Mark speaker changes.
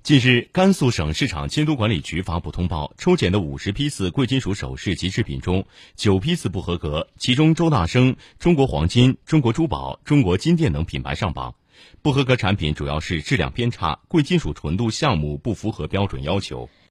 Speaker 1: 近日，甘肃省市场监督管理局发布通报，抽检的50批次贵金属首饰及制品中，9批次不合格，其中周大生、中国黄金、中国珠宝、中国金店等品牌上榜。不合格产品主要是质量偏差、贵金属纯度项目不符合标准要求。